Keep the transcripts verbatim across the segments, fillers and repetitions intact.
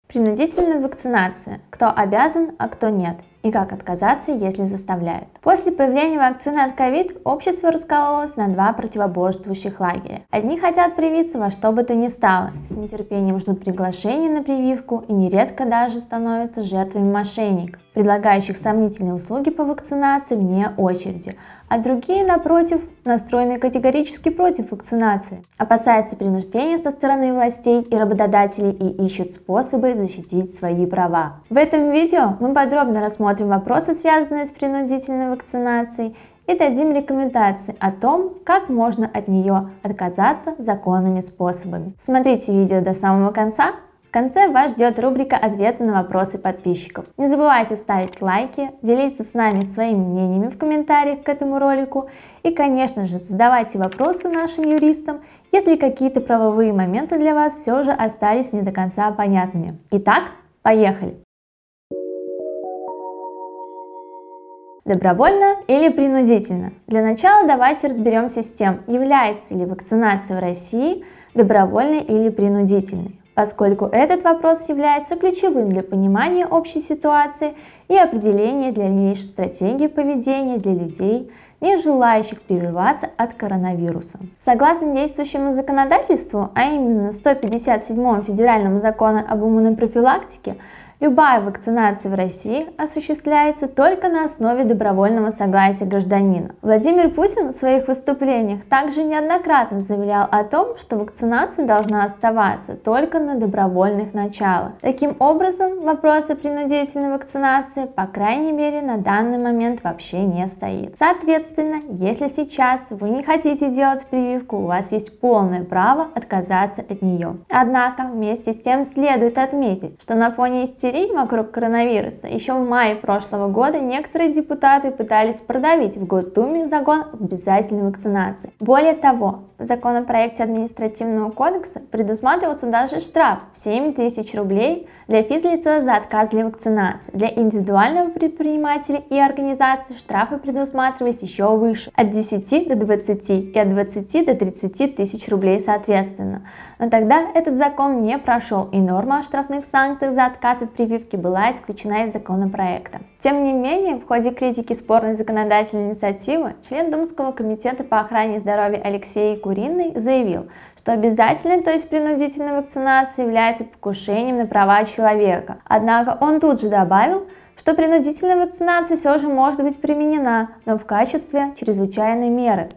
Принудительная вакцинация. Кто обязан, а кто нет. И как отказаться, если заставляют. После появления вакцины от ковид общество раскололось на два противоборствующих лагеря. Одни хотят привиться во что бы то ни стало, с нетерпением ждут приглашения на прививку и нередко даже становятся жертвами мошенников, предлагающих сомнительные услуги по вакцинации вне очереди, а другие, напротив, настроены категорически против вакцинации, опасаются принуждения со стороны властей и работодателей и ищут способы защитить свои права. В этом видео мы подробно рассмотрим вопросы, связанные с принудительной вакцинацией, и дадим рекомендации о том, как можно от нее отказаться законными способами. Смотрите видео до самого конца. В конце вас ждет рубрика «Ответы на вопросы подписчиков». Не забывайте ставить лайки, делиться с нами своими мнениями в комментариях к этому ролику и, конечно же, задавайте вопросы нашим юристам, если какие-то правовые моменты для вас все же остались не до конца понятными. Итак, поехали! Добровольно или принудительно? Для начала давайте разберемся с тем, является ли вакцинация в России добровольной или принудительной, поскольку этот вопрос является ключевым для понимания общей ситуации и определения дальнейшей стратегии поведения для людей, не желающих прививаться от коронавируса. Согласно действующему законодательству, а именно сто пятьдесят седьмому федеральному закону об иммунопрофилактике, любая вакцинация в России осуществляется только на основе добровольного согласия гражданина. Владимир Путин в своих выступлениях также неоднократно заявлял о том, что вакцинация должна оставаться только на добровольных началах. Таким образом, вопрос о принудительной вакцинации, по крайней мере, на данный момент вообще не стоит. Соответственно, если сейчас вы не хотите делать прививку, у вас есть полное право отказаться от нее. Однако, вместе с тем следует отметить, что на фоне истерии вокруг коронавируса еще в мае прошлого года некоторые депутаты пытались продавить в Госдуме закон об обязательной вакцинации. Более того, в законопроекте административного кодекса предусматривался даже штраф в семь тысяч рублей для физлица за отказ для вакцинации. Для индивидуального предпринимателя и организации штрафы предусматривались еще выше, от десяти до двадцати и от двадцати до тридцати тысяч рублей соответственно. Но тогда этот закон не прошел, и норма о штрафных санкциях за отказ от прививки была исключена из законопроекта. Тем не менее, в ходе критики спорной законодательной инициативы член Думского комитета по охране здоровья Алексей Куриный заявил, что обязательной, то есть принудительной вакцинация является покушением на права человека. Однако он тут же добавил, что принудительная вакцинация все же может быть применена, но в качестве чрезвычайной меры.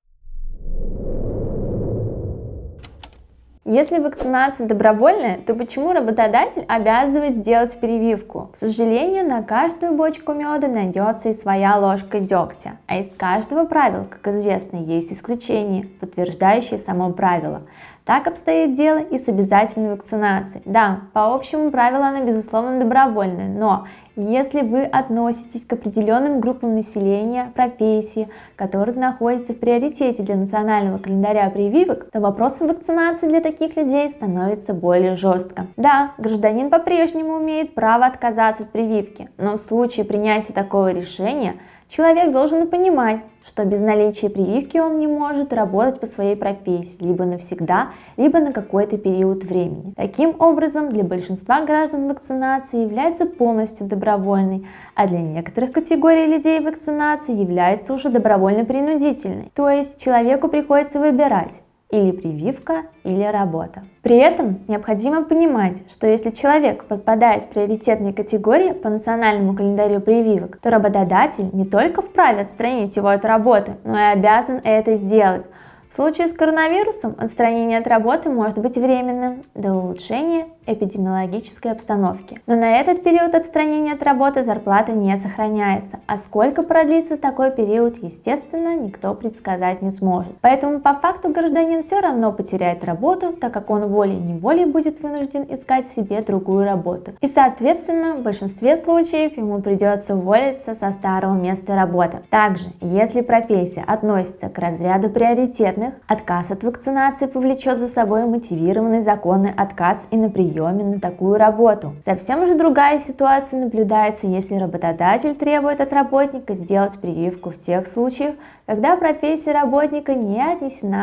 Если вакцинация добровольная, то почему работодатель обязывает сделать прививку? К сожалению, на каждую бочку меда найдется и своя ложка дегтя, а из каждого правила, как известно, есть исключения, подтверждающие само правило. Так обстоит дело и с обязательной вакцинацией. Да, по общему правилу она безусловно добровольная, но если вы относитесь к определенным группам населения, профессии, которые находятся в приоритете для национального календаря прививок, то вопросом вакцинации для таких людей становится более жестко. Да, гражданин по-прежнему имеет право отказаться от прививки, но в случае принятия такого решения человек должен понимать, что без наличия прививки он не может работать по своей профессии либо навсегда, либо на какой-то период времени. Таким образом, для большинства граждан вакцинация является полностью добровольной, а для некоторых категорий людей вакцинация является уже добровольно-принудительной. То есть человеку приходится выбирать: или прививка, или работа. При этом необходимо понимать, что если человек подпадает в приоритетные категории по национальному календарю прививок, то работодатель не только вправе отстранить его от работы, но и обязан это сделать. В случае с коронавирусом отстранение от работы может быть временным до улучшения эпидемиологической обстановки. Но на этот период отстранения от работы зарплата не сохраняется, а сколько продлится такой период, естественно, никто предсказать не сможет. Поэтому по факту гражданин все равно потеряет работу, так как он волей-неволей будет вынужден искать себе другую работу. И соответственно, в большинстве случаев ему придется уволиться со старого места работы. Также, если профессия относится к разряду приоритетных, отказ от вакцинации повлечет за собой мотивированный законный отказ и на прием на такую работу. Совсем же другая ситуация наблюдается, если работодатель требует от работника сделать прививку в тех случаях, когда профессия работника не отнесена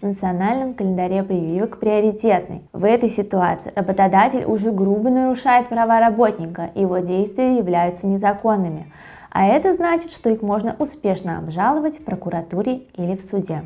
в национальном календаре прививок приоритетной. В этой ситуации работодатель уже грубо нарушает права работника, и его действия являются незаконными. А это значит, что их можно успешно обжаловать в прокуратуре или в суде.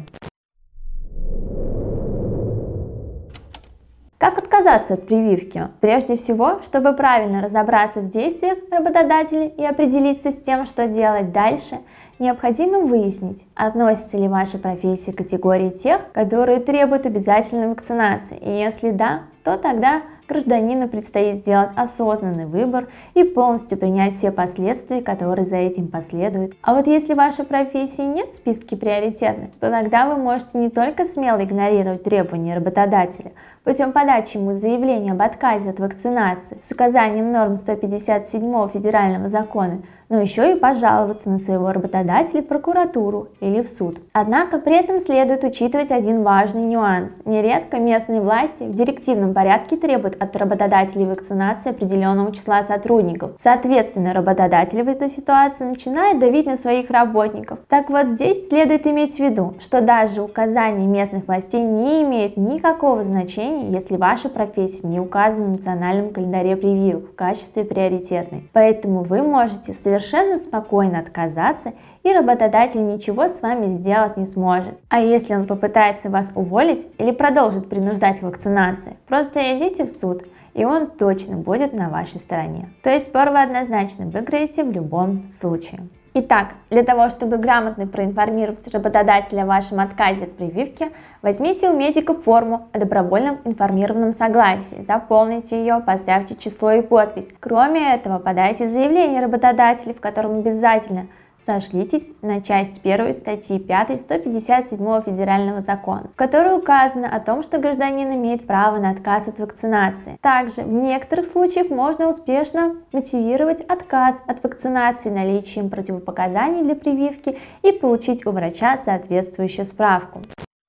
Как отказаться от прививки? Прежде всего, чтобы правильно разобраться в действиях работодателя и определиться с тем, что делать дальше, необходимо выяснить, относится ли ваша профессия к категории тех, которые требуют обязательной вакцинации, и если да, то тогда гражданину предстоит сделать осознанный выбор и полностью принять все последствия, которые за этим последуют. А вот если в вашей профессии нет в списке приоритетных, то тогда вы можете не только смело игнорировать требования работодателя путем подачи ему заявления об отказе от вакцинации с указанием норм сто пятьдесят седьмого федерального закона, но еще и пожаловаться на своего работодателя в прокуратуру или в суд. Однако при этом следует учитывать один важный нюанс. Нередко местные власти в директивном порядке требуют от работодателей вакцинации определенного числа сотрудников. Соответственно, работодатель в этой ситуации начинает давить на своих работников. Так вот, здесь следует иметь в виду, что даже указания местных властей не имеют никакого значения, если ваша профессия не указана в национальном календаре прививок в качестве приоритетной. Поэтому вы можете совершенно спокойно отказаться, и работодатель ничего с вами сделать не сможет. А если он попытается вас уволить или продолжит принуждать к вакцинации, просто идите в суд, и он точно будет на вашей стороне. То есть спор вы однозначно выиграете в любом случае. Итак, для того, чтобы грамотно проинформировать работодателя о вашем отказе от прививки, возьмите у медика форму о добровольном информированном согласии, заполните ее, поставьте число и подпись. Кроме этого, подайте заявление работодателю, в котором обязательно сошлитесь на часть первую статьи пятой сто пятьдесят седьмого федерального закона, в которой указано о том, что гражданин имеет право на отказ от вакцинации. Также в некоторых случаях можно успешно мотивировать отказ от вакцинации наличием противопоказаний для прививки и получить у врача соответствующую справку.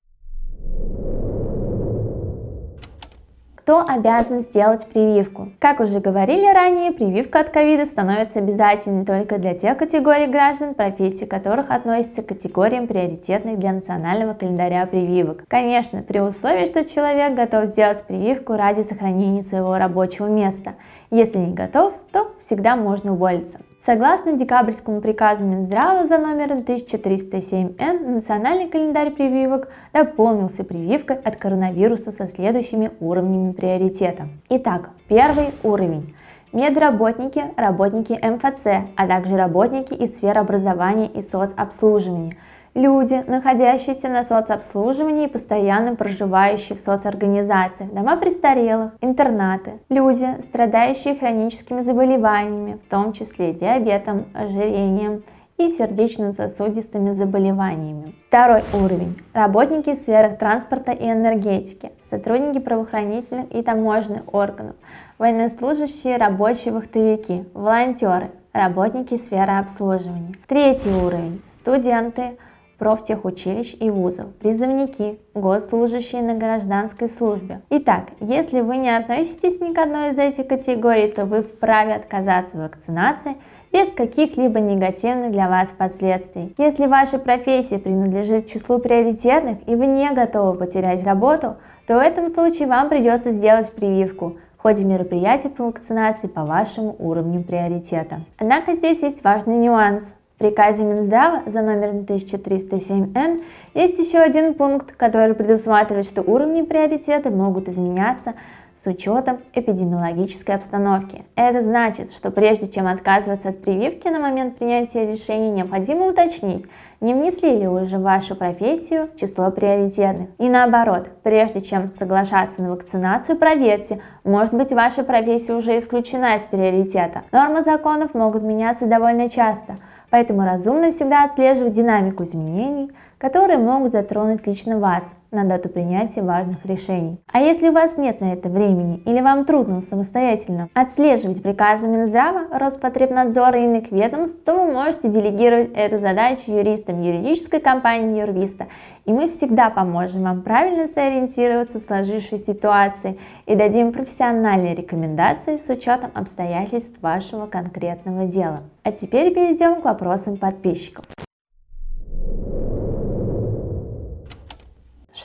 Кто обязан сделать прививку? Как уже говорили ранее, прививка от ковида становится обязательной только для тех категорий граждан, профессии которых относятся к категориям приоритетных для национального календаря прививок. Конечно, при условии, что человек готов сделать прививку ради сохранения своего рабочего места. Если не готов, то всегда можно уволиться. Согласно декабрьскому приказу Минздрава за номером тысяча триста семь эн, национальный календарь прививок дополнился прививкой от коронавируса со следующими уровнями приоритета. Итак, первый уровень. Медработники, работники эм эф цэ, а также работники из сфер образования и соцобслуживания. Люди, находящиеся на соцобслуживании и постоянно проживающие в соцорганизациях, дома престарелых, интернаты. Люди, страдающие хроническими заболеваниями, в том числе диабетом, ожирением и сердечно-сосудистыми заболеваниями. Второй уровень. Работники в сферах транспорта и энергетики, сотрудники правоохранительных и таможенных органов, военнослужащие, рабочие вахтовики, волонтеры, работники сферы обслуживания. Третий уровень. Студенты профтехучилищ и вузов, призывники, госслужащие на гражданской службе. Итак, если вы не относитесь ни к одной из этих категорий, то вы вправе отказаться от вакцинации без каких-либо негативных для вас последствий. Если ваша профессия принадлежит к числу приоритетных и вы не готовы потерять работу, то в этом случае вам придется сделать прививку в ходе мероприятий по вакцинации по вашему уровню приоритета. Однако здесь есть важный нюанс. В приказе Минздрава за номером тысяча триста семь эн есть еще один пункт, который предусматривает, что уровни приоритета могут изменяться с учетом эпидемиологической обстановки. Это значит, что прежде чем отказываться от прививки на момент принятия решения, необходимо уточнить, не внесли ли уже в вашу профессию в число приоритетных. И наоборот, прежде чем соглашаться на вакцинацию, проверьте, может быть, ваша профессия уже исключена из приоритета. Нормы законов могут меняться довольно часто, поэтому разумно всегда отслеживать динамику изменений, которые могут затронуть лично вас на дату принятия важных решений. А если у вас нет на это времени или вам трудно самостоятельно отслеживать приказы Минздрава, Роспотребнадзора и иных ведомств, то вы можете делегировать эту задачу юристам юридической компании Юрвиста, и мы всегда поможем вам правильно сориентироваться в сложившейся ситуации и дадим профессиональные рекомендации с учетом обстоятельств вашего конкретного дела. А теперь перейдем к вопросам подписчиков.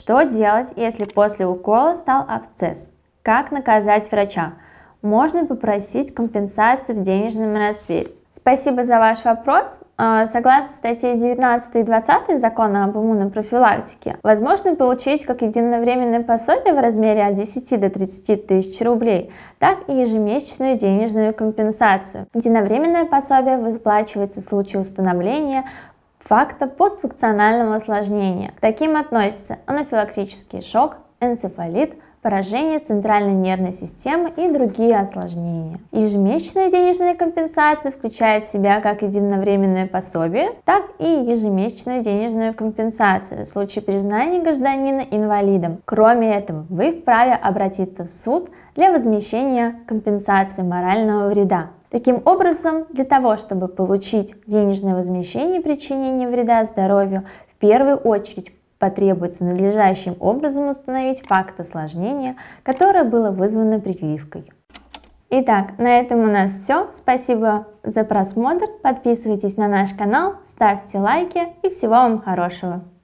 Что делать, если после укола стал абсцесс? Как наказать врача? Можно попросить компенсацию в денежном размере. Спасибо за ваш вопрос. Согласно статье девятнадцатой и двадцатой Закона об иммунопрофилактике, возможно получить как единовременное пособие в размере от десяти до тридцати тысяч рублей, так и ежемесячную денежную компенсацию. Единовременное пособие выплачивается в случае установления факта постфункционального осложнения. К таким относятся анафилактический шок, энцефалит, поражение центральной нервной системы и другие осложнения. Ежемесячная денежная компенсация включает в себя как единовременное пособие, так и ежемесячную денежную компенсацию в случае признания гражданина инвалидом. Кроме этого, вы вправе обратиться в суд для возмещения компенсации морального вреда. Таким образом, для того, чтобы получить денежное возмещение причинения вреда здоровью, в первую очередь потребуется надлежащим образом установить факт осложнения, которое было вызвано прививкой. Итак, на этом у нас все. Спасибо за просмотр. Подписывайтесь на наш канал, ставьте лайки и всего вам хорошего.